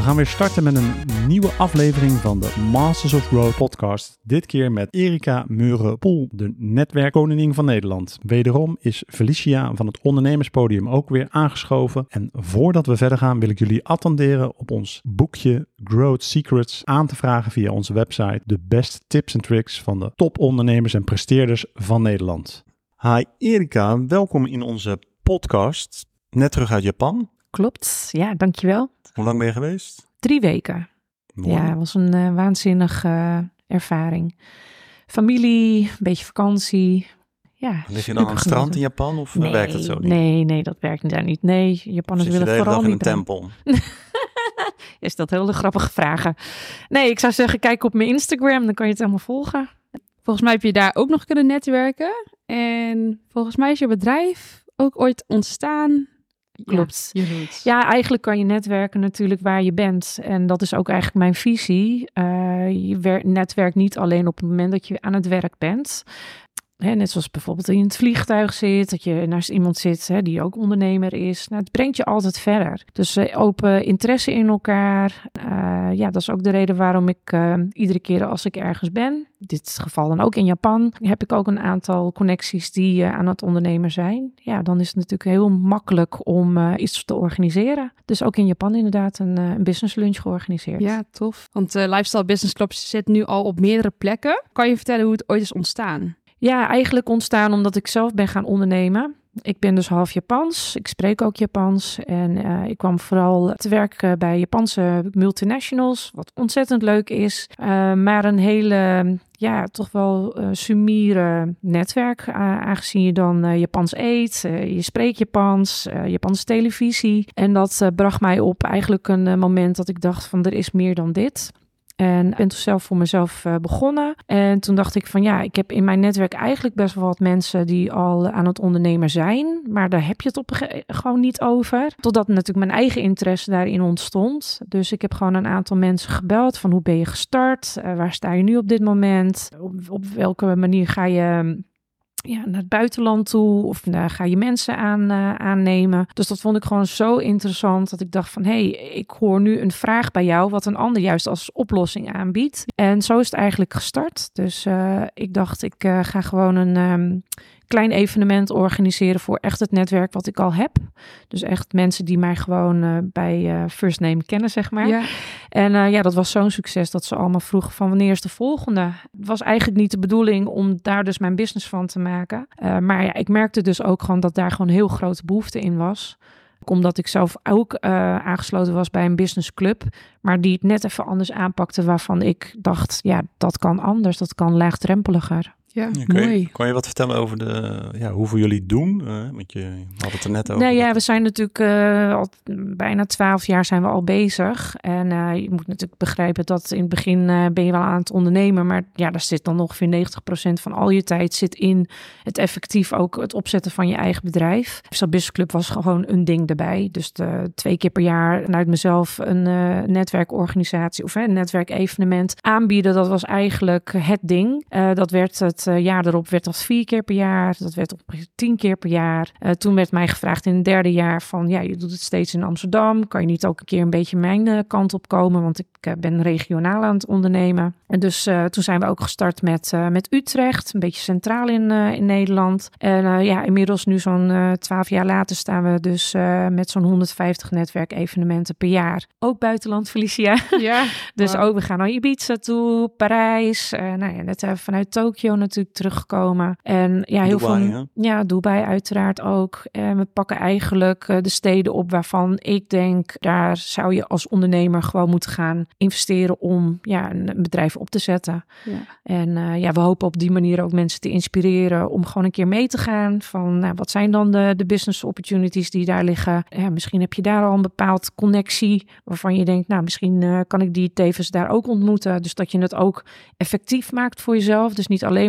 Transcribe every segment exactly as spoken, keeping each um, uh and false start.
gaan weer starten met een nieuwe aflevering van de Masters of Growth podcast. Dit keer met Erika Meuren-Poel, de netwerkkoningin van Nederland. Wederom is Felicia van het ondernemerspodium ook weer aangeschoven. En voordat we verder gaan wil ik jullie attenderen op ons boekje Growth Secrets aan te vragen via onze website. De beste tips en tricks van de topondernemers en presteerders van Nederland. Hi Erika, welkom in onze podcast. Net terug uit Japan. Klopt, ja, dankjewel. Hoe lang ben je geweest? Drie weken. Mooi. Ja, het was een uh, waanzinnige uh, ervaring. Familie, een beetje vakantie. Ja, lig je dan aan het strand in Japan of nee, werkt het zo niet? Nee, nee, dat werkt daar niet. Nee, Japanners willen vooral niet. Zit je de hele dag in een tempel? Is dat hele grappige vragen. Nee, ik zou zeggen, kijk op mijn Instagram, dan kan je het helemaal volgen. Volgens mij heb je daar ook nog kunnen netwerken. En volgens mij is je bedrijf ook ooit ontstaan. Klopt. Ja, ja, eigenlijk kan je netwerken natuurlijk waar je bent. En dat is ook eigenlijk mijn visie. Uh, je wer- netwerkt niet alleen op het moment dat je aan het werk bent. Hè, net zoals bijvoorbeeld in het vliegtuig zit, dat je naast iemand zit hè, die ook ondernemer is. Nou, het brengt je altijd verder. Dus uh, open interesse in elkaar. Uh, ja, dat is ook de reden waarom ik uh, iedere keer als ik ergens ben, in dit geval dan ook in Japan, heb ik ook een aantal connecties die uh, aan het ondernemen zijn. Ja, dan is het natuurlijk heel makkelijk om uh, iets te organiseren. Dus ook in Japan inderdaad een, uh, een business lunch georganiseerd. Ja, tof. Want uh, Lifestyle Business Club zit nu al op meerdere plekken. Kan je vertellen hoe het ooit is ontstaan? Ja, eigenlijk ontstaan omdat ik zelf ben gaan ondernemen. Ik ben dus half Japans. Ik spreek ook Japans. En uh, ik kwam vooral te werk bij Japanse multinationals. Wat ontzettend leuk is. Uh, maar een hele, ja, toch wel uh, sumiere netwerk. Uh, aangezien je dan uh, Japans eet. Uh, je spreekt Japans. Uh, Japanse televisie. En dat uh, bracht mij op eigenlijk een uh, moment dat ik dacht van er is meer dan dit. En ik ben toen zelf voor mezelf uh, begonnen. En toen dacht ik van ja, ik heb in mijn netwerk eigenlijk best wel wat mensen die al aan het ondernemen zijn. Maar daar heb je het op ge- gewoon niet over. Totdat natuurlijk mijn eigen interesse daarin ontstond. Dus ik heb gewoon een aantal mensen gebeld van hoe ben je gestart? Uh, waar sta je nu op dit moment? Op, op welke manier ga je ja, naar het buitenland toe of daar ga je mensen aan, uh, aannemen. Dus dat vond ik gewoon zo interessant dat ik dacht van hé, hey, ik hoor nu een vraag bij jou wat een ander juist als oplossing aanbiedt. En zo is het eigenlijk gestart. Dus uh, ik dacht ik uh, ga gewoon een um, klein evenement organiseren voor echt het netwerk wat ik al heb. Dus echt mensen die mij gewoon uh, bij uh, First Name kennen, zeg maar. Ja. En uh, ja, dat was zo'n succes dat ze allemaal vroegen van wanneer is de volgende? Het was eigenlijk niet de bedoeling om daar dus mijn business van te maken. Uh, maar ja, ik merkte dus ook gewoon dat daar gewoon heel grote behoefte in was. Omdat ik zelf ook uh, aangesloten was bij een businessclub, maar die het net even anders aanpakte, waarvan ik dacht, ja, dat kan anders, dat kan laagdrempeliger. Ja, ja, mooi. Je, kan je wat vertellen over de, ja, hoeveel jullie doen? Uh, want je had het er net over. Nee, ja, we zijn natuurlijk uh, al bijna twaalf jaar zijn we al bezig. En uh, je moet natuurlijk begrijpen dat in het begin uh, ben je wel aan het ondernemen. Maar ja, daar zit dan ongeveer negentig procent van al je tijd zit in het effectief ook het opzetten van je eigen bedrijf. Dus dat Business Club was gewoon een ding erbij. Dus de, twee keer per jaar vanuit mezelf een uh, netwerkorganisatie of uh, een netwerkevenement aanbieden. Dat was eigenlijk het ding. Uh, dat werd het uh, jaar erop werd dat vier keer per jaar. Dat werd op tien keer per jaar. Uh, toen werd mij gevraagd in het derde jaar van ja, je doet het steeds in Amsterdam. Kan je niet ook een keer een beetje mijn uh, kant op komen? Want ik uh, ben regionaal aan het ondernemen. En dus uh, toen zijn we ook gestart met, uh, met Utrecht. Een beetje centraal in, uh, in Nederland. En uh, ja, inmiddels nu zo'n uh, twaalf jaar later staan we dus uh, met zo'n honderdvijftig netwerkevenementen per jaar. Ook buitenland, Felicia. Ja. Dus wow. ook we gaan naar Ibiza toe, Parijs. Uh, nou ja, net uh, vanuit Tokio natuurlijk teruggekomen. En ja, heel Dubai, veel. Hè? Ja, Dubai uiteraard ook. En we pakken eigenlijk uh, de steden op waarvan ik denk, daar zou je als ondernemer gewoon moeten gaan investeren om ja, een, een bedrijf op te zetten. Ja. En uh, ja, we hopen op die manier ook mensen te inspireren om gewoon een keer mee te gaan van nou, wat zijn dan de, de business opportunities die daar liggen. Ja, misschien heb je daar al een bepaald connectie waarvan je denkt, nou misschien uh, kan ik die tevens daar ook ontmoeten. Dus dat je het ook effectief maakt voor jezelf. Dus niet alleen maar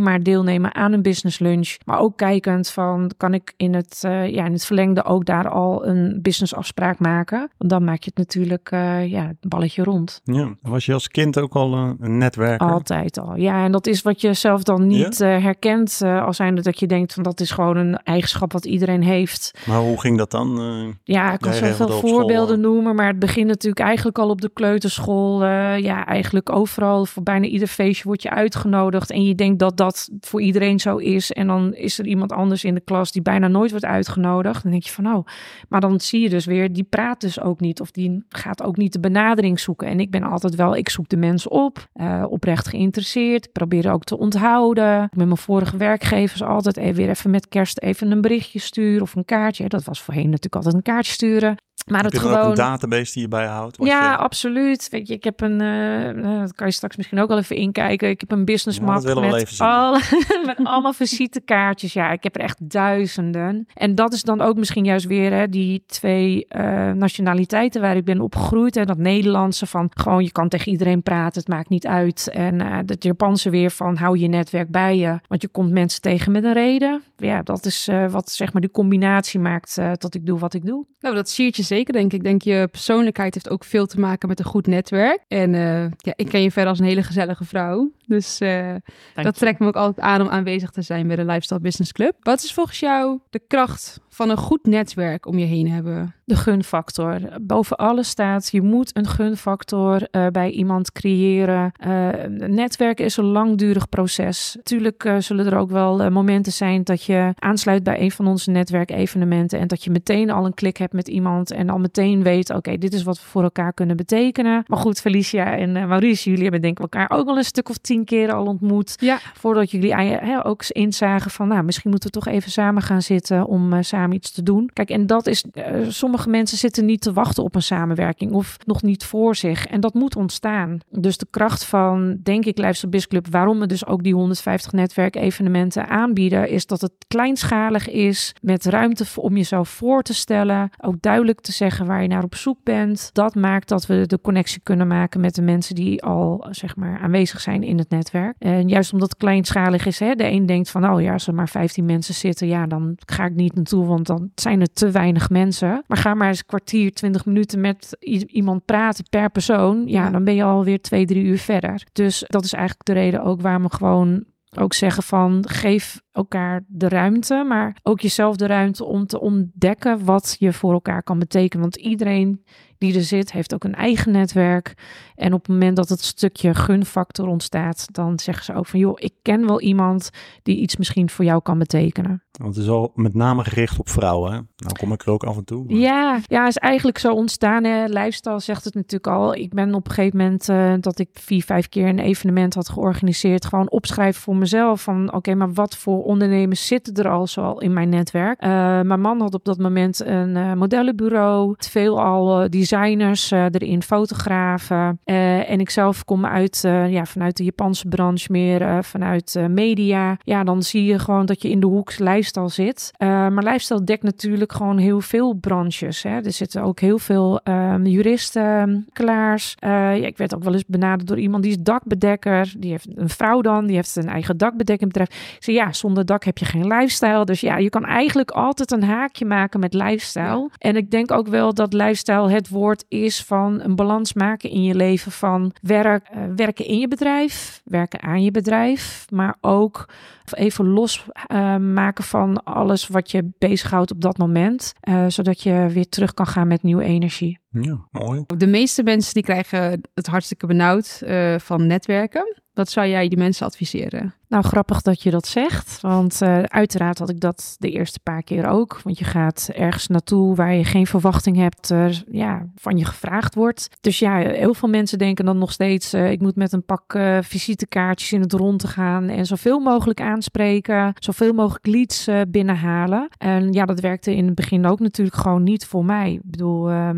maar deelnemen aan een business lunch. Maar ook kijkend van, kan ik in het, uh, ja, in het verlengde ook daar al een businessafspraak maken? Want dan maak je het natuurlijk uh, ja, een balletje rond. Ja, was je als kind ook al uh, een netwerker? Altijd al, ja. En dat is wat je zelf dan niet ja? uh, herkent. Uh, als zijnde dat je denkt van dat is gewoon een eigenschap wat iedereen heeft. Maar hoe ging dat dan? Uh, ja, ik kan zoveel voorbeelden school, noemen. Maar het begint natuurlijk eigenlijk al op de kleuterschool. Uh, ja, eigenlijk overal. Voor bijna ieder feestje word je uitgenodigd. En je denkt dat dat voor iedereen zo is. En dan is er iemand anders in de klas die bijna nooit wordt uitgenodigd. Dan denk je van oh. Maar dan zie je dus weer, die praat dus ook niet. Of die gaat ook niet de benadering zoeken. En ik ben altijd wel, ik zoek de mensen op. Uh, oprecht geïnteresseerd. Ik probeer ook te onthouden. Met mijn vorige werkgevers altijd even weer even met kerst even een berichtje sturen of een kaartje. Dat was voorheen natuurlijk altijd een kaartje sturen. Maar heb het je gewoon... ook een database die je bijhoudt? Ja, je... absoluut. Weet je, ik heb een, uh, dat kan je straks misschien ook wel even inkijken. Ik heb een business map ja, met, al, met allemaal visitekaartjes. Ja, ik heb er echt duizenden. En dat is dan ook misschien juist weer hè, die twee uh, nationaliteiten waar ik ben opgegroeid. Hè, dat Nederlandse van gewoon je kan tegen iedereen praten, het maakt niet uit. En uh, dat Japanse weer van hou je netwerk bij je. Want je komt mensen tegen met een reden. Ja, dat is uh, wat zeg maar die combinatie maakt uh, dat ik doe wat ik doe. Nou, dat siert je zeker, denk ik. Ik denk je persoonlijkheid heeft ook veel te maken met een goed netwerk. En uh, ja, ik ken je verder als een hele gezellige vrouw. Dus uh, dat trekt me ook altijd aan om aanwezig te zijn bij de Lifestyle Business Club. Wat is volgens jou de kracht van een goed netwerk om je heen hebben? De gunfactor. Boven alles staat, je moet een gunfactor uh, bij iemand creëren. Uh, netwerken is een langdurig proces. Tuurlijk uh, zullen er ook wel uh, momenten zijn dat je aansluit bij een van onze netwerkevenementen en dat je meteen al een klik hebt met iemand en al meteen weet, oké, okay, dit is wat we voor elkaar kunnen betekenen. Maar goed, Felicia en uh, Maurice, jullie hebben denk ik elkaar ook al een stuk of tien keer al ontmoet. Ja. Voordat jullie uh, ook inzagen van, nou, misschien moeten we toch even samen gaan zitten om uh, samen iets te doen. Kijk, en dat is, uh, sommige mensen zitten niet te wachten op een samenwerking of nog niet voor zich. En dat moet ontstaan. Dus de kracht van, denk ik, Lifestyle Business Club, waarom we dus ook die honderdvijftig netwerkevenementen aanbieden, is dat het kleinschalig is, met ruimte om jezelf voor te stellen, ook duidelijk te zeggen waar je naar op zoek bent. Dat maakt dat we de connectie kunnen maken met de mensen die al, zeg maar, aanwezig zijn in het netwerk. En juist omdat het kleinschalig is, hè, de een denkt van, oh ja, als er maar vijftien mensen zitten, ja, dan ga ik niet naartoe, want dan zijn er te weinig mensen. Maar ga maar eens een kwartier, twintig minuten met i- iemand praten per persoon, ja, ja, dan ben je alweer twee, drie uur verder. Dus dat is eigenlijk de reden ook waarom we gewoon ook zeggen van, geef elkaar de ruimte, maar ook jezelf de ruimte om te ontdekken wat je voor elkaar kan betekenen. Want iedereen die er zit, heeft ook een eigen netwerk. En op het moment dat het stukje gunfactor ontstaat, dan zeggen ze ook van, joh, ik ken wel iemand die iets misschien voor jou kan betekenen. Want het is al met name gericht op vrouwen, hè? Nou kom ik er ook af en toe. Maar... Ja, ja, is eigenlijk zo ontstaan. Hè. Lifestyle zegt het natuurlijk al. Ik ben op een gegeven moment uh, dat ik vier, vijf keer een evenement had georganiseerd, gewoon opschrijven voor mezelf van, oké, okay, maar wat voor ondernemers zitten er al zo al in mijn netwerk? Uh, mijn man had op dat moment een uh, modellenbureau, veel al uh, designers uh, erin, fotografen. Uh, en ik zelf kom uit, uh, ja, vanuit de Japanse branche meer, uh, vanuit uh, media. Ja, dan zie je gewoon dat je in de hoek lifestyle zit. Uh, maar lifestyle dekt natuurlijk gewoon heel veel branches. Hè. Er zitten ook heel veel um, juristen, klaars. Uh, ja, ik werd ook wel eens benaderd door iemand die is dakbedekker. Die heeft een vrouw dan, die heeft een eigen dakbedekkingbedrijf. Ik zei, ja, zonder dak heb je geen lifestyle. Dus ja, je kan eigenlijk altijd een haakje maken met lifestyle. Ja. En ik denk ook wel dat lifestyle het woord is van een balans maken in je leven van werk, uh, werken in je bedrijf, werken aan je bedrijf, maar ook even los uh, maken van alles wat je bezighoudt op dat moment, uh, zodat je weer terug kan gaan met nieuwe energie. Ja, mooi. De meeste mensen die krijgen het hartstikke benauwd uh, van netwerken. Wat zou jij die mensen adviseren? Nou, grappig dat je dat zegt. Want uh, uiteraard had ik dat de eerste paar keer ook. Want je gaat ergens naartoe waar je geen verwachting hebt, uh, ja, van je gevraagd wordt. Dus ja, heel veel mensen denken dan nog steeds, uh, ik moet met een pak uh, visitekaartjes in het rond te gaan en zoveel mogelijk aanspreken, zoveel mogelijk leads uh, binnenhalen. En ja, dat werkte in het begin ook natuurlijk gewoon niet voor mij. Ik bedoel, uh, ik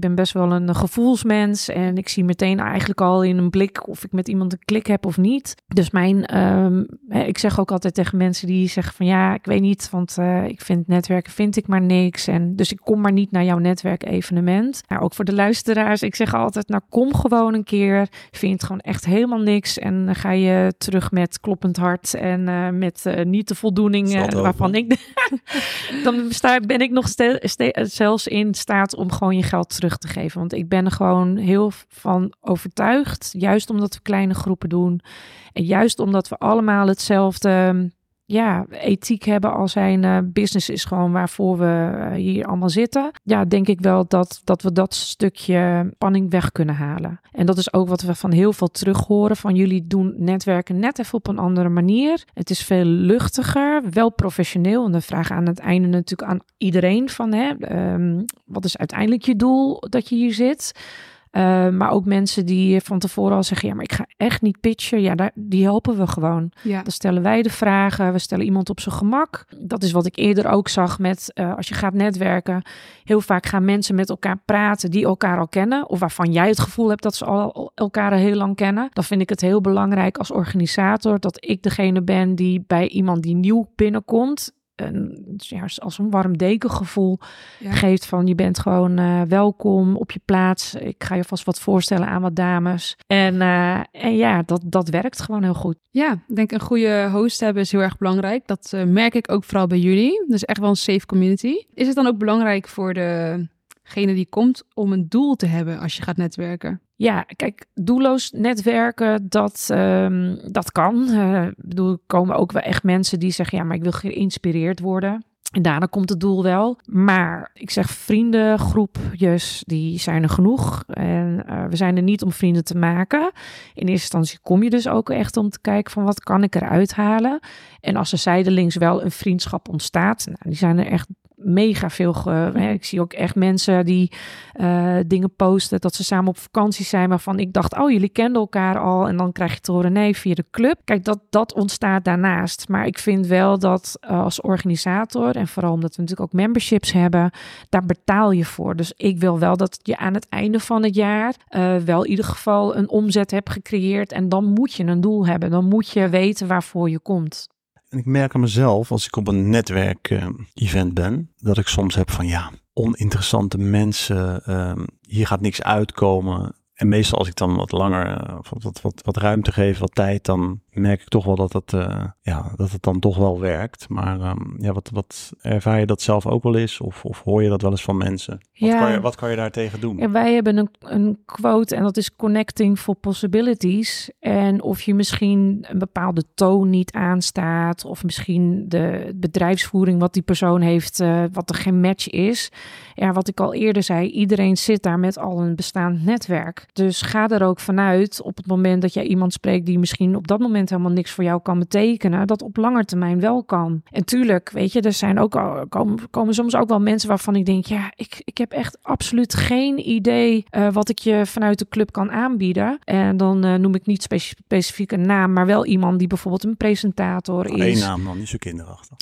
ben best wel een gevoelsmens en ik zie meteen eigenlijk al in een blik of ik met iemand een klik heb of niet. Dus mijn, um, ik zeg ook altijd tegen mensen die zeggen van ja, ik weet niet, want uh, ik vind netwerken vind ik maar niks. En dus ik kom maar niet naar jouw netwerkevenement. Nou, ook voor de luisteraars, ik zeg altijd, nou kom gewoon een keer. Vind het gewoon echt helemaal niks en dan ga je terug met kloppend hart en uh, met uh, niet de voldoening uh, waarvan ik... dan sta, ben ik nog ste- ste- zelfs in staat om gewoon je geld terug te geven. Want ik ben er gewoon heel van overtuigd. Juist omdat we kleine groepen doen. En juist omdat we allemaal hetzelfde ja, ethiek hebben als zijn uh, business is gewoon waarvoor we uh, hier allemaal zitten. Ja, denk ik wel dat, dat we dat stukje spanning weg kunnen halen. En dat is ook wat we van heel veel terug horen. Van jullie doen netwerken net even op een andere manier. Het is veel luchtiger, wel professioneel. En de vraag aan het einde natuurlijk aan iedereen van hè, um, wat is uiteindelijk je doel dat je hier zit? Uh, maar ook mensen die van tevoren al zeggen, ja, maar ik ga echt niet pitchen. Ja, daar, die helpen we gewoon. Ja. Dan stellen wij de vragen. We stellen iemand op zijn gemak. Dat is wat ik eerder ook zag met, uh, als je gaat netwerken. Heel vaak gaan mensen met elkaar praten die elkaar al kennen. Of waarvan jij het gevoel hebt dat ze al elkaar al heel lang kennen. Dan vind ik het heel belangrijk als organisator dat ik degene ben die bij iemand die nieuw binnenkomt, Een, ja, als een warm dekengevoel ja. geeft van je bent gewoon uh, welkom op je plaats. Ik ga je vast wat voorstellen aan wat dames. En, uh, en ja, dat, dat werkt gewoon heel goed. Ja, ik denk een goede host hebben is heel erg belangrijk. Dat uh, merk ik ook vooral bij jullie. Dus echt wel een safe community. Is het dan ook belangrijk voor degene die komt om een doel te hebben als je gaat netwerken? Ja, kijk, doelloos netwerken, dat, um, dat kan. Uh, ik bedoel, er komen ook wel echt mensen die zeggen, ja, maar ik wil geïnspireerd worden. En daarna komt het doel wel. Maar ik zeg vriendengroepjes, die zijn er genoeg. En uh, we zijn er niet om vrienden te maken. In eerste instantie kom je dus ook echt om te kijken van wat kan ik eruit halen. En als er zijdelings wel een vriendschap ontstaat, nou, die zijn er echt mega veel. Ge, hè, ik zie ook echt mensen die uh, dingen posten dat ze samen op vakantie zijn, waarvan ik dacht, oh, jullie kenden elkaar al. En dan krijg je te horen, nee, via de club. Kijk, dat, dat ontstaat daarnaast. Maar ik vind wel dat uh, als organisator, en vooral omdat we natuurlijk ook memberships hebben, daar betaal je voor. Dus ik wil wel dat je aan het einde van het jaar uh, wel in ieder geval een omzet hebt gecreëerd. En dan moet je een doel hebben. Dan moet je weten waarvoor je komt. En ik merk aan mezelf, als ik op een netwerk-event uh, ben, dat ik soms heb van ja, oninteressante mensen, uh, hier gaat niks uitkomen. En meestal als ik dan wat langer, uh, wat, wat, wat ruimte geef, wat tijd, dan merk ik toch wel dat het, uh, ja, dat het dan toch wel werkt. Maar um, ja, wat, wat ervaar je dat zelf ook wel eens? Of, of hoor je dat wel eens van mensen? Wat, ja. kan, je, wat kan je daar tegen doen? En wij hebben een, een quote en dat is connecting for possibilities. En of je misschien een bepaalde toon niet aanstaat, of misschien de bedrijfsvoering wat die persoon heeft, uh, wat er geen match is. Ja, wat ik al eerder zei, iedereen zit daar met al een bestaand netwerk. Dus ga er ook vanuit op het moment dat jij iemand spreekt die misschien op dat moment helemaal niks voor jou kan betekenen, dat op lange termijn wel kan. En tuurlijk, weet je, er zijn ook al, komen, komen soms ook wel mensen waarvan ik denk, ja, ik, ik heb echt absoluut geen idee uh, wat ik je vanuit de club kan aanbieden. En dan uh, noem ik niet speci- specifiek een naam, maar wel iemand die bijvoorbeeld een presentator nou, is. Eén naam dan, niet zo kinderachtig.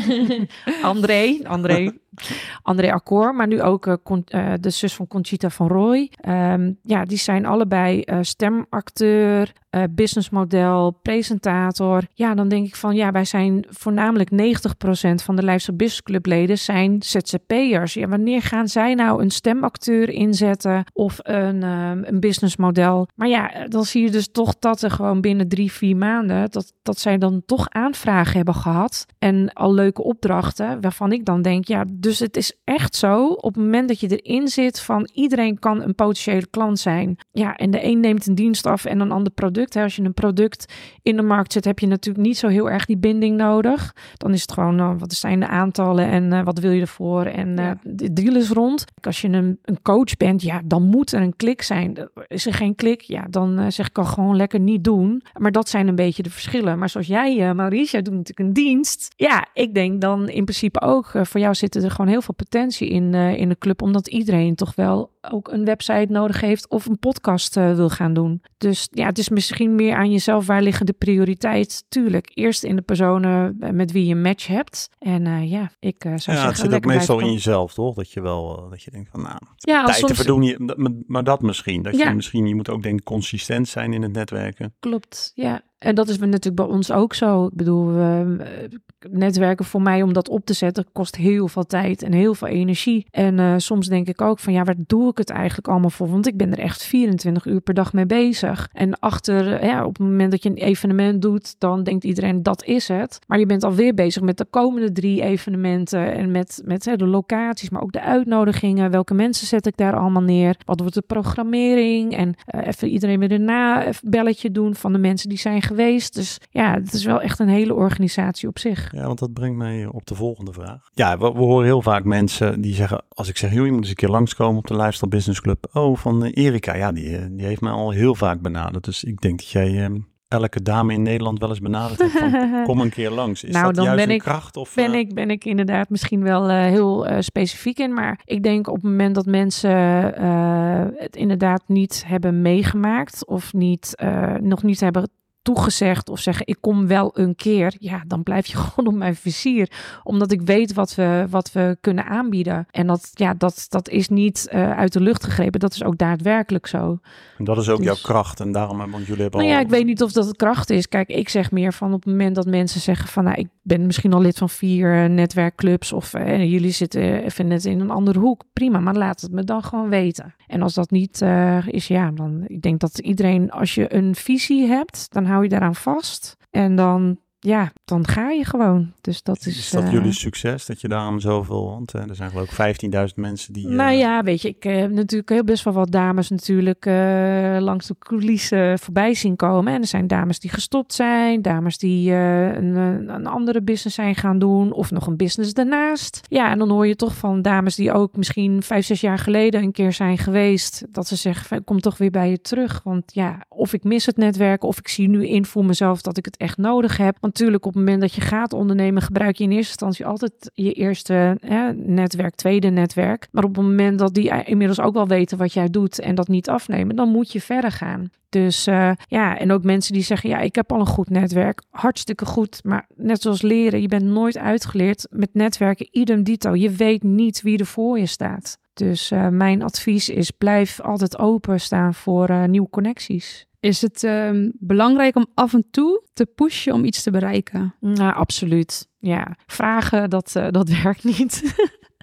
André, André. André Accor, maar nu ook uh, con- uh, de zus van Conchita van Roy. Um, ja, die zijn allebei uh, stemacteur, uh, businessmodel, presentator. Ja, dan denk ik van, ja, wij zijn voornamelijk negentig procent van de Lifestyle Business Club leden zijn Z Z P'ers. Ja, wanneer gaan zij nou een stemacteur inzetten of een, um, een businessmodel? Maar ja, dan zie je dus toch dat er gewoon binnen drie, vier maanden, dat, dat zij dan toch aanvragen hebben gehad en al leuke opdrachten, waarvan ik dan denk, ja, dus het is echt zo, op het moment dat je erin zit van iedereen kan een potentiële klant zijn. Ja, en de een neemt een dienst af en een ander product. Hè. Als je een product in de markt zet, heb je natuurlijk niet zo heel erg die binding nodig. Dan is het gewoon, uh, wat zijn de aantallen en uh, wat wil je ervoor? En uh, ja. de deal is rond. Als je een, een coach bent, ja, dan moet er een klik zijn. Is er geen klik? Ja, dan uh, zeg ik al gewoon lekker niet doen. Maar dat zijn een beetje de verschillen. Maar zoals jij, uh, Maurice, jij doet natuurlijk een dienst. Ja, ik denk dan in principe ook, uh, voor jou zitten er gewoon heel veel potentie in, uh, in de club, omdat iedereen toch wel ook een website nodig heeft of een podcast uh, wil gaan doen. Dus ja, het is misschien meer aan jezelf, waar liggen de prioriteit? Tuurlijk, eerst in de personen met wie je een match hebt. En uh, ja, ik uh, zou ja, zeggen... het zit ook meestal in jezelf, toch? Dat je wel, uh, dat je denkt van, nou, ja, tijd soms... te verdoen, je, maar dat misschien. Dat ja. je misschien, je moet ook denk ik consistent zijn in het netwerken. Klopt, ja. En dat is natuurlijk bij ons ook zo. Ik bedoel, uh, netwerken voor mij om dat op te zetten kost heel veel tijd en heel veel energie. En uh, soms denk ik ook van, ja, waar doe ik het eigenlijk allemaal voor? Want ik ben er echt vierentwintig uur per dag mee bezig. En achter, ja, op het moment dat je een evenement doet, dan denkt iedereen, dat is het. Maar je bent alweer bezig met de komende drie evenementen en met, met hè, de locaties, maar ook de uitnodigingen. Welke mensen zet ik daar allemaal neer? Wat wordt de programmering? En uh, even iedereen weer een na-belletje doen van de mensen die zijn geweest. Dus ja, het is wel echt een hele organisatie op zich. Ja, want dat brengt mij op de volgende vraag. Ja, we, we horen heel vaak mensen die zeggen, als ik zeg, joh, je moet eens een keer langskomen op de Lifestyle Business Club. Oh, van uh, Erika, ja, die, die heeft mij al heel vaak benaderd. Dus ik denk dat jij um, elke dame in Nederland wel eens benaderd hebt van, kom een keer langs. Is nou, dat dan juist ben een ik, kracht? Of, ben, uh... ik, ben ik inderdaad misschien wel uh, heel uh, specifiek in. Maar ik denk op het moment dat mensen uh, het inderdaad niet hebben meegemaakt of niet, uh, nog niet hebben toegezegd of zeggen, ik kom wel een keer, ja, dan blijf je gewoon op mijn vizier. Omdat ik weet wat we, wat we kunnen aanbieden. En dat, ja, dat, dat is niet uh, uit de lucht gegrepen. Dat is ook daadwerkelijk zo. En dat is ook dus, jouw kracht. En daarom, want jullie hebben nou al... ja, ik weet niet of dat het kracht is. Kijk, ik zeg meer van op het moment dat mensen zeggen van, nou, ik ben misschien al lid van vier uh, netwerkclubs of uh, jullie zitten even net in een andere hoek. Prima, maar laat het me dan gewoon weten. En als dat niet uh, is, ja, dan ik denk dat iedereen, als je een visie hebt, dan hou je daaraan vast. En dan, ja, dan ga je gewoon. Dus dat is... Is dat uh, jullie succes, dat je daarom zoveel... Want uh, er zijn geloof ik vijftienduizend mensen die... Uh... Nou ja, weet je, ik heb natuurlijk heel best wel wat dames natuurlijk uh, langs de coulissen voorbij zien komen. En er zijn dames die gestopt zijn, dames die uh, een, een andere business zijn gaan doen of nog een business daarnaast. Ja, en dan hoor je toch van dames die ook misschien vijf, zes jaar geleden een keer zijn geweest, dat ze zeggen, ik kom toch weer bij je terug. Want ja, of ik mis het netwerken of ik zie nu in voor mezelf dat ik het echt nodig heb. Want natuurlijk op het moment dat je gaat ondernemen, gebruik je in eerste instantie altijd je eerste hè, netwerk, tweede netwerk. Maar op het moment dat die inmiddels ook wel weten wat jij doet en dat niet afnemen, dan moet je verder gaan. Dus uh, ja, en ook mensen die zeggen, ja, ik heb al een goed netwerk. Hartstikke goed, maar net zoals leren, je bent nooit uitgeleerd. Met netwerken, idem dito. Je weet niet wie er voor je staat. Dus uh, mijn advies is, blijf altijd openstaan voor uh, nieuwe connecties. Is het uh, belangrijk om af en toe te pushen om iets te bereiken? Nou, absoluut. Ja, vragen, dat, uh, dat werkt niet.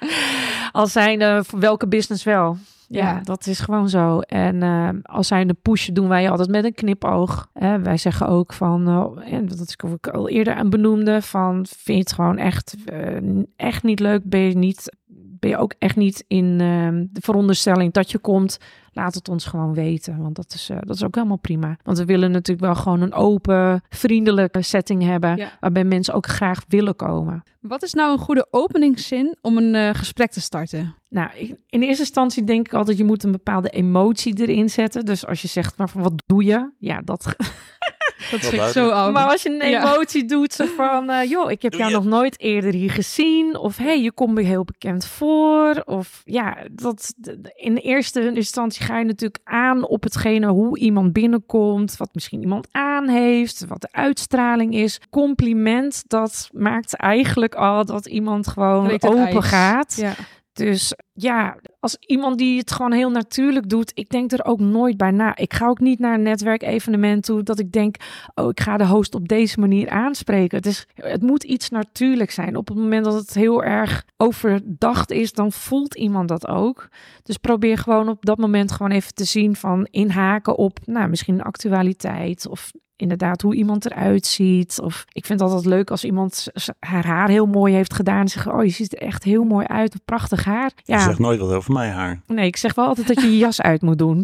Als zijn uh, voor welke business wel. Ja, ja, dat is gewoon zo. En uh, als zij een pushen, doen wij altijd met een knipoog. Uh, wij zeggen ook van, uh, en dat is ik al eerder aan benoemde, van vind je het gewoon echt, uh, echt niet leuk, ben je, niet, ben je ook echt niet in uh, de veronderstelling dat je komt, laat het ons gewoon weten. Want dat is, uh, dat is ook helemaal prima. Want we willen natuurlijk wel gewoon een open, vriendelijke setting hebben, ja, waarbij mensen ook graag willen komen. Wat is nou een goede openingszin om een uh, gesprek te starten? Nou, in eerste instantie denk ik altijd, je moet een bepaalde emotie erin zetten. Dus als je zegt, maar van wat doe je? Ja, dat... Dat schikt zo af. Maar als je een emotie ja. doet, zo van, uh, joh, ik heb doe jou je? nog nooit eerder hier gezien. Of, hé, hey, je komt me heel bekend voor. Of, ja, dat, in eerste instantie ga je natuurlijk aan op hetgene, hoe iemand binnenkomt, wat misschien iemand aan heeft, wat de uitstraling is. Compliment, dat maakt eigenlijk al dat iemand gewoon open ijs. gaat. Ja. Dus ja, als iemand die het gewoon heel natuurlijk doet, ik denk er ook nooit bij na. Ik ga ook niet naar een netwerkevenement toe dat ik denk, oh, ik ga de host op deze manier aanspreken. Het is, het moet iets natuurlijk zijn. Op het moment dat het heel erg overdacht is, dan voelt iemand dat ook. Dus probeer gewoon op dat moment gewoon even te zien van inhaken op, nou, misschien een actualiteit of inderdaad hoe iemand eruit ziet. Of ik vind het altijd leuk als iemand haar haar heel mooi heeft gedaan en zegt, oh, je ziet er echt heel mooi uit, prachtig haar. Ja. Je zegt nooit wat over mijn haar. Nee, ik zeg wel altijd dat je je jas uit moet doen.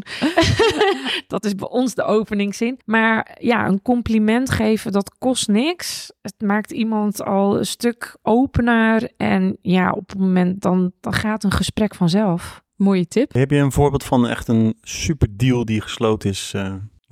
Dat is bij ons de openingszin. Maar ja, een compliment geven, dat kost niks. Het maakt iemand al een stuk opener en ja, op het moment dan, dan gaat een gesprek vanzelf. Mooie tip. Heb je een voorbeeld van echt een super deal die gesloten is, uh,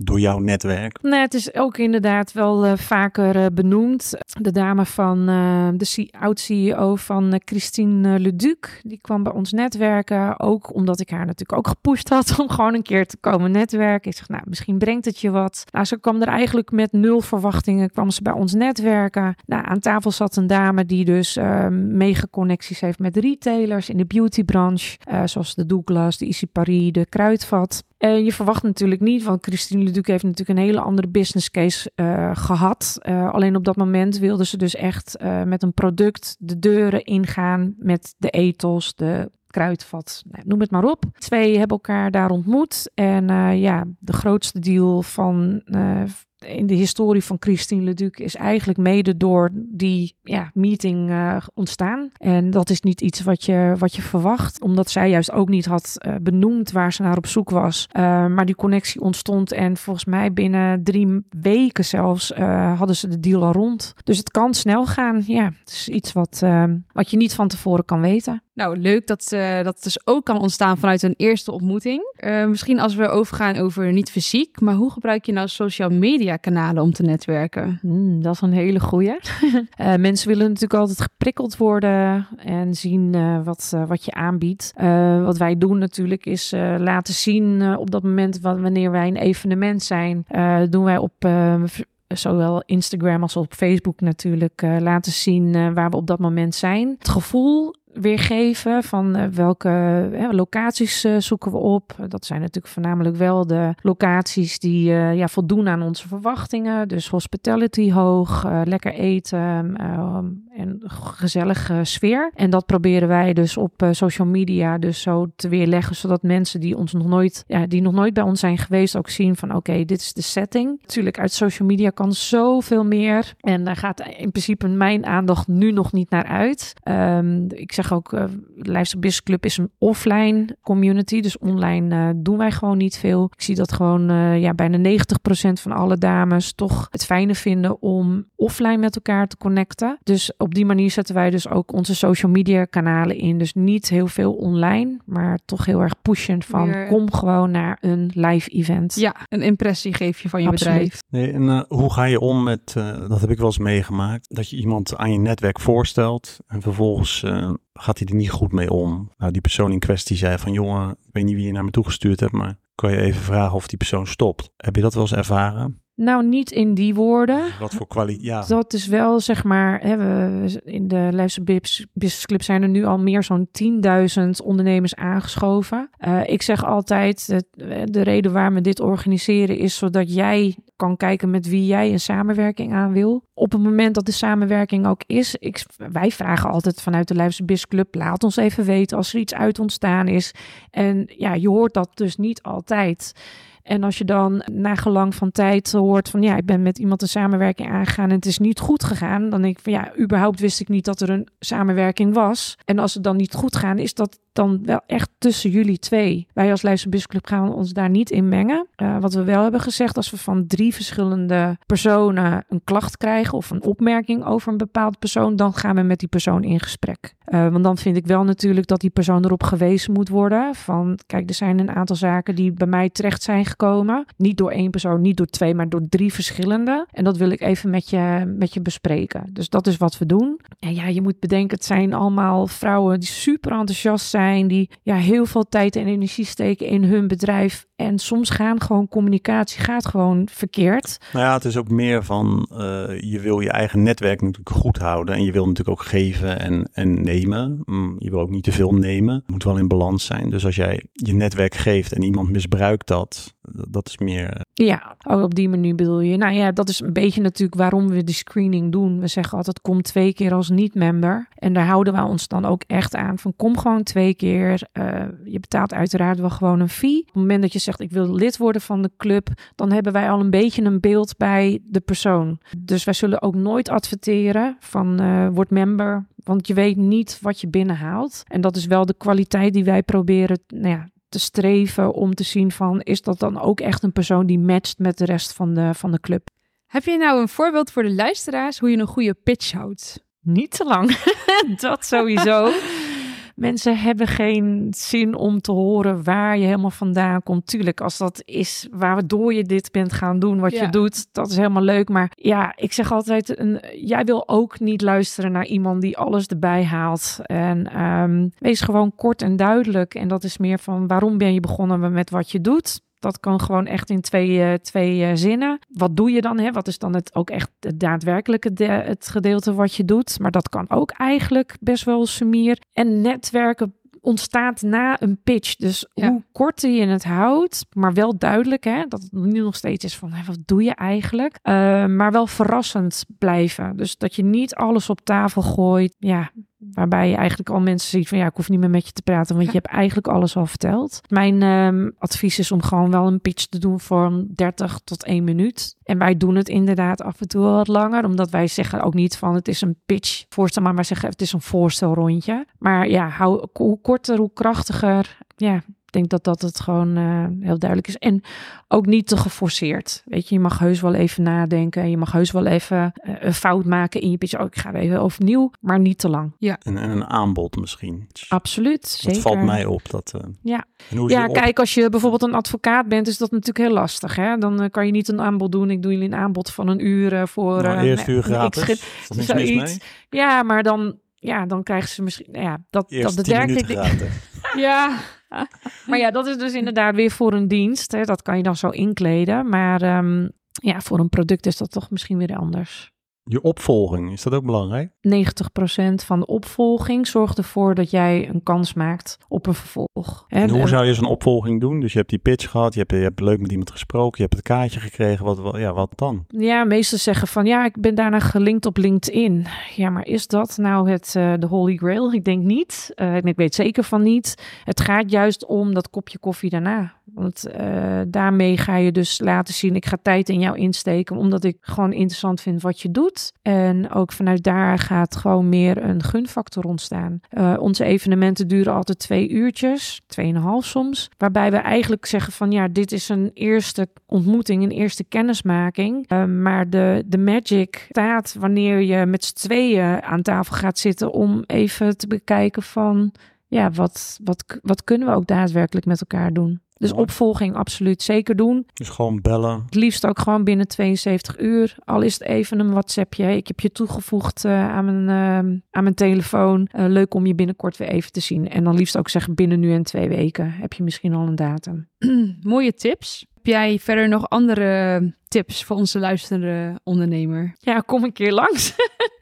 door jouw netwerk? Nee, het is ook inderdaad wel uh, vaker uh, benoemd. De dame van uh, de oud-C E O van uh, Christine Leduc, die kwam bij ons netwerken. Ook omdat ik haar natuurlijk ook gepusht had om gewoon een keer te komen netwerken. Ik zeg, nou, misschien brengt het je wat. Nou, ze kwam er eigenlijk met nul verwachtingen, kwam ze bij ons netwerken. Nou, aan tafel zat een dame die dus uh, mega connecties heeft met retailers in de beautybranche. Uh, zoals de Douglas, de Issy Paris, de Kruidvat. Uh, je verwacht natuurlijk niet, want Christine Leduc heeft natuurlijk een hele andere business case uh, gehad. Uh, alleen op dat moment wilde ze dus echt uh, met een product de deuren ingaan met de ethos, de Kruidvat, nou, noem het maar op. Twee hebben elkaar daar ontmoet en uh, ja, de grootste deal van uh, in de historie van Christine Leduc is eigenlijk mede door die ja, meeting uh, ontstaan. En dat is niet iets wat je, wat je verwacht, omdat zij juist ook niet had uh, benoemd waar ze naar op zoek was. Uh, maar die connectie ontstond en volgens mij binnen drie weken zelfs uh, hadden ze de deal al rond. Dus het kan snel gaan. Ja, het is iets wat, uh, wat je niet van tevoren kan weten. Nou, leuk dat uh, dat dus ook kan ontstaan vanuit een eerste ontmoeting. Uh, misschien als we overgaan over niet fysiek, maar hoe gebruik je nou social media kanalen om te netwerken? Hmm, dat is een hele goeie. uh, mensen willen natuurlijk altijd geprikkeld worden en zien uh, wat, uh, wat je aanbiedt. Uh, wat wij doen natuurlijk is uh, laten zien uh, op dat moment wat, wanneer wij een evenement zijn. Uh, doen wij op Uh, zowel Instagram als op Facebook natuurlijk uh, laten zien uh, waar we op dat moment zijn. Het gevoel weergeven van uh, welke uh, locaties uh, zoeken we op. Dat zijn natuurlijk voornamelijk wel de locaties die uh, ja, voldoen aan onze verwachtingen. Dus hospitality hoog, uh, lekker eten uh, en gezellige sfeer. En dat proberen wij dus op uh, social media dus zo te weerleggen, zodat mensen die ons nog nooit, ja, die nog nooit bij ons zijn geweest ook zien van oké, okay, dit is de setting. Natuurlijk, uit social media kan zoveel meer. En daar gaat in principe mijn aandacht nu nog niet naar uit. Um, ik zeg ook, uh, de Lifestyle Business Club is een offline community. Dus online uh, doen wij gewoon niet veel. Ik zie dat gewoon uh, ja, bijna negentig procent van alle dames toch het fijne vinden om offline met elkaar te connecten. Dus op die manier zetten wij dus ook onze social media kanalen in. Dus niet heel veel online, maar toch heel erg pushend van Weer... kom gewoon naar een live event. Ja, een impressie geef je van je Absoluut. bedrijf. Nee, en uh, hoe ga je om met, uh, dat heb ik wel eens meegemaakt, dat je iemand aan je netwerk voorstelt en vervolgens uh, gaat hij er niet goed mee om. Nou, die persoon in kwestie zei van jongen, ik weet niet wie je naar me toegestuurd hebt, maar kan je even vragen of die persoon stopt. Heb je dat wel eens ervaren? Nou, niet in die woorden. Wat voor kwaliteit? Ja. Dat is wel, zeg maar, hè, we, in de Lifestyle Business Club zijn er nu al meer zo'n tienduizend ondernemers aangeschoven. Uh, ik zeg altijd, de, de reden waarom we dit organiseren is zodat jij kan kijken met wie jij een samenwerking aan wil. Op het moment dat de samenwerking ook is, ik, wij vragen altijd vanuit de Lifestyle Business Club, laat ons even weten als er iets uit ontstaan is. En ja, je hoort dat dus niet altijd. En als je dan na gelang van tijd hoort van ja, ik ben met iemand een samenwerking aangegaan en het is niet goed gegaan, dan denk ik van ja, überhaupt wist ik niet dat er een samenwerking was. En als het dan niet goed gaat, is dat dan wel echt tussen jullie twee. Wij als Lifestyle Business Club gaan ons daar niet in mengen. Uh, wat we wel hebben gezegd, als we van drie verschillende personen een klacht krijgen of een opmerking over een bepaald persoon, dan gaan we met die persoon in gesprek. Uh, want dan vind ik wel natuurlijk dat die persoon erop gewezen moet worden van kijk, er zijn een aantal zaken die bij mij terecht zijn gekomen. Niet door één persoon, niet door twee, maar door drie verschillende. En dat wil ik even met je, met je bespreken. Dus dat is wat we doen. En ja, je moet bedenken, het zijn allemaal vrouwen die super enthousiast zijn, die ja, heel veel tijd en energie steken in hun bedrijf. En soms gaan gewoon communicatie gaat gewoon verkeerd. Nou ja, het is ook meer van uh, je wil je eigen netwerk natuurlijk goed houden. En je wil natuurlijk ook geven en, en nemen. Mm, je wil ook niet te veel nemen. Het moet wel in balans zijn. Dus als jij je netwerk geeft en iemand misbruikt dat, dat is meer... Uh... Ja, ook op die manier bedoel je. Nou ja, dat is een beetje natuurlijk waarom we de screening doen. We zeggen altijd kom twee keer als niet-member. En daar houden we ons dan ook echt aan. Van kom gewoon twee keer. Uh, je betaalt uiteraard wel gewoon een fee. Op het moment dat je zegt ik wil lid worden van de club, dan hebben wij al een beetje een beeld bij de persoon. Dus wij zullen ook nooit adverteren van uh, word member, want je weet niet wat je binnenhaalt. En dat is wel de kwaliteit die wij proberen nou ja, te streven om te zien van is dat dan ook echt een persoon die matcht met de rest van de, van de club. Heb je nou een voorbeeld voor de luisteraars hoe je een goede pitch houdt? Niet te lang. Dat sowieso. mensen hebben geen zin om te horen waar je helemaal vandaan komt. Tuurlijk, als dat is waardoor je dit bent gaan doen, wat ja. je doet, dat is helemaal leuk. Maar ja, ik zeg altijd, een, jij wil ook niet luisteren naar iemand die alles erbij haalt. En um, wees gewoon kort en duidelijk. En dat is meer van, waarom ben je begonnen met wat je doet? Dat kan gewoon echt in twee, uh, twee uh, zinnen. Wat doe je dan? Hè? Wat is dan het, ook echt het daadwerkelijke de, het gedeelte wat je doet? Maar dat kan ook eigenlijk best wel sumier. En netwerken ontstaat na een pitch. Dus ja. hoe korter je het houdt, maar wel duidelijk, hè, dat het nu nog steeds is van, hé, wat doe je eigenlijk? Uh, maar wel verrassend blijven. Dus dat je niet alles op tafel gooit. Ja, waarbij je eigenlijk al mensen ziet van, ja, ik hoef niet meer met je te praten, want ja. je hebt eigenlijk alles al verteld. Mijn um, advies is om gewoon wel een pitch te doen voor dertig tot één minuut. En wij doen het inderdaad af en toe wel wat langer, omdat wij zeggen ook niet van, het is een pitch voorstel, maar wij zeggen, het is een voorstelrondje. Maar ja, hou, hoe korter, hoe krachtiger, ja, ik denk dat dat het gewoon uh, heel duidelijk is. En ook niet te geforceerd. Weet je, je mag heus wel even nadenken. Je mag heus wel even uh, een fout maken in je pitch. Oh, ik ga even overnieuw, maar niet te lang. Ja. En, en een aanbod misschien. Absoluut, dat zeker. valt mij op. Dat, uh, ja, en hoe ja op... kijk, als je bijvoorbeeld een advocaat bent, is dat natuurlijk heel lastig. Hè? Dan uh, kan je niet een aanbod doen. Ik doe jullie een aanbod van een uur uh, voor... Nou, uh, eerst uur gratis. Is er niks mis mee? Ja, maar dan, ja, dan krijgen ze misschien... Ja, dat, eerst dat tien bewerkt minuten gratis. Ja, maar ja, dat is dus inderdaad weer voor een dienst. Hè. Dat kan je dan zo inkleden. Maar um, ja, voor een product is dat toch misschien weer anders. Je opvolging, is dat ook belangrijk? negentig procent van de opvolging zorgt ervoor dat jij een kans maakt op een vervolg. En, en hoe zou je zo'n opvolging doen? Dus je hebt die pitch gehad, je hebt, je hebt leuk met iemand gesproken, je hebt het kaartje gekregen. Wat, wat, ja, wat dan? Ja, meesten zeggen van ja, ik ben daarna gelinkt op LinkedIn. Ja, maar is dat nou het uh, de Holy Grail? Ik denk niet. Uh, ik weet zeker van niet. Het gaat juist om dat kopje koffie daarna. Want uh, daarmee ga je dus laten zien, ik ga tijd in jou insteken, omdat ik gewoon interessant vind wat je doet. En ook vanuit daar gaat gewoon meer een gunfactor ontstaan. Uh, onze evenementen duren altijd twee uurtjes, tweeënhalf soms. Waarbij we eigenlijk zeggen van ja, dit is een eerste ontmoeting, een eerste kennismaking. Uh, maar de, de magic staat wanneer je met z'n tweeën aan tafel gaat zitten om even te bekijken van ja, wat, wat, wat kunnen we ook daadwerkelijk met elkaar doen. Dus opvolging absoluut zeker doen. Dus gewoon bellen. Het liefst ook gewoon binnen tweeënzeventig uur. Al is het even een WhatsAppje. Ik heb je toegevoegd uh, aan, mijn, uh, aan mijn telefoon. Uh, leuk om je binnenkort weer even te zien. En dan liefst ook zeggen binnen nu en twee weken. Heb je misschien al een datum. Mooie tips. Heb jij verder nog andere tips voor onze luisterende ondernemer? Ja, kom een keer langs.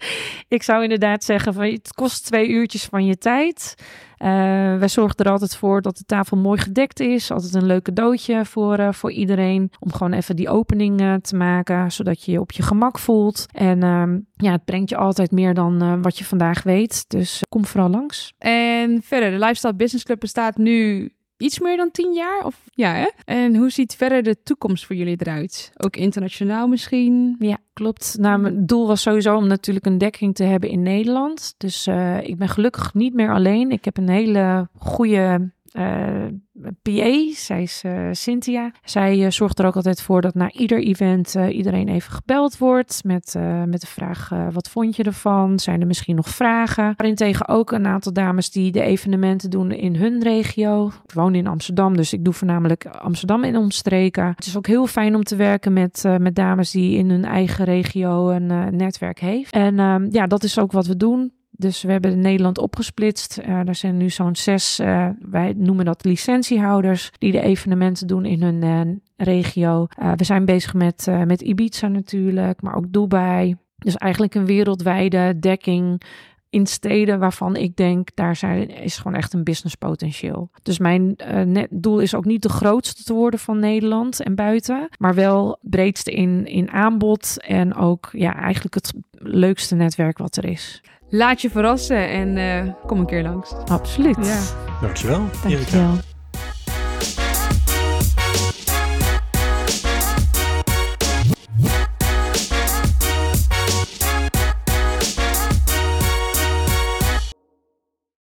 Ik zou inderdaad zeggen, van, het kost twee uurtjes van je tijd. Uh, wij zorgen er altijd voor dat de tafel mooi gedekt is. Altijd een leuk cadeautje voor, uh, voor iedereen. Om gewoon even die opening uh, te maken, zodat je je op je gemak voelt. En uh, ja, het brengt je altijd meer dan uh, wat je vandaag weet. Dus uh, kom vooral langs. En verder, de Lifestyle Business Club bestaat nu iets meer dan tien jaar? Of, ja, hè? En hoe ziet verder de toekomst voor jullie eruit? Ook internationaal misschien? Ja, klopt. Nou, mijn doel was sowieso om natuurlijk een dekking te hebben in Nederland. Dus uh, ik ben gelukkig niet meer alleen. Ik heb een hele goede uh, P A, zij is uh, Cynthia. Zij uh, zorgt er ook altijd voor dat na ieder event uh, iedereen even gebeld wordt met, uh, met de vraag, uh, wat vond je ervan? Zijn er misschien nog vragen? Daarentegen ook een aantal dames die de evenementen doen in hun regio. Ik woon in Amsterdam, dus ik doe voornamelijk Amsterdam in omstreken. Het is ook heel fijn om te werken met, uh, met dames die in hun eigen regio een uh, netwerk heeft. En uh, ja, dat is ook wat we doen. Dus we hebben Nederland opgesplitst. Uh, er zijn nu zo'n zes, uh, wij noemen dat licentiehouders, die de evenementen doen in hun uh, regio. Uh, we zijn bezig met, uh, met Ibiza natuurlijk, maar ook Dubai. Dus eigenlijk een wereldwijde dekking in steden waarvan ik denk, daar zijn, is gewoon echt een businesspotentieel. Dus mijn uh, net, doel is ook niet de grootste te worden van Nederland en buiten, maar wel breedste in, in aanbod en ook ja, eigenlijk het leukste netwerk wat er is. Laat je verrassen en uh, kom een keer langs. Absoluut. Ja. Dankjewel. Dankjewel.